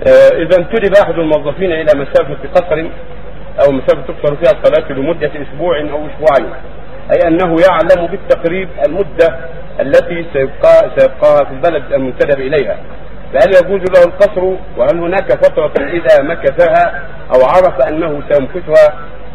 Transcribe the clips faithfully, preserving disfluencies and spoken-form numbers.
إذا انتدب أحد الموظفين إلى مسافة قصر أو مسافة تقصر فيها الصلاة لمدة أسبوع أو أسبوعين، أي أنه يعلم بالتقريب المدة التي سيبقى سيبقاها في البلد المنتدب إليها، فهل يجوز له القصر؟ وهل هناك فترة إذا مكثها أو عرف أنه سيمكثها؟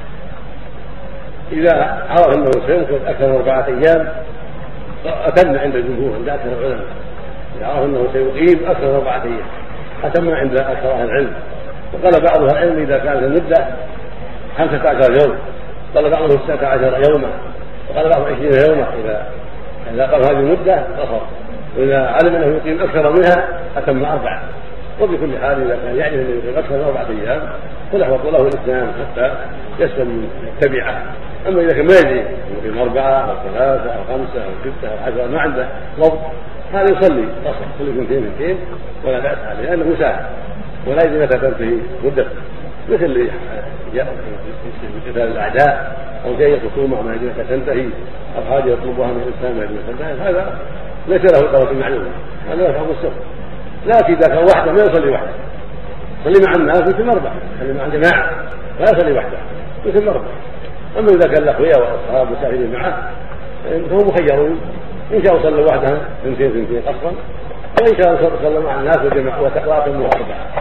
إذا عرف أنه سيمكث أكثر من أربعة أيام أتم عند الجمهور عند أكثر العلماء، إذا عرف أنه سيقيم أكثر من أربعة أيام أتم عند أكثر أهل العلم. وقال بعض أهل العلم إذا كانت المدة خمسة عشر يوم، قال بعضهم ستة عشر يوما، وقال بعضهم عشرين يوما. إذا إذا قام هذه المدة قصر، وإذا علم أنه يقيم أكثر منها أتم أربعة. وبكل حال إذا كان يعلم أنه يقيم أكثر من أربعة أيام فليحفظ له الإسلام حتى يسلم من التبعة. أما إذا كان ما يدري يقيم أربعة أو ثلاثة أو خمسة أو ستة أو عشرة ما عنده ضبط، هذا يصلي قصر كل اثنتين اثنتين ولا بأس عليه لأنه مساعد، ولا يدري متى تنتهي مدته، مثل قتال الأعداء أو جاية خصومة ما يدري متى تنتهي أو حاجة يطلبها من الإسلام ما يدري متى تنتهي، هذا ليس له قوة معلومة، هذا يفهم السر. لكن إذا كان وحده ما يصلي وحده، يصلي مع الناس مثل مربع، يصلي مع الجماعة لا يصلي وحده مثل مربع. أما إذا كان الأخويا والأصحاب مسافرين معه فهو مخير، إن شاء صلى وحده اثنتين اثنتين قصرا، وإن شاء صلى مع الناس وجماعة وتقاطم أربعة.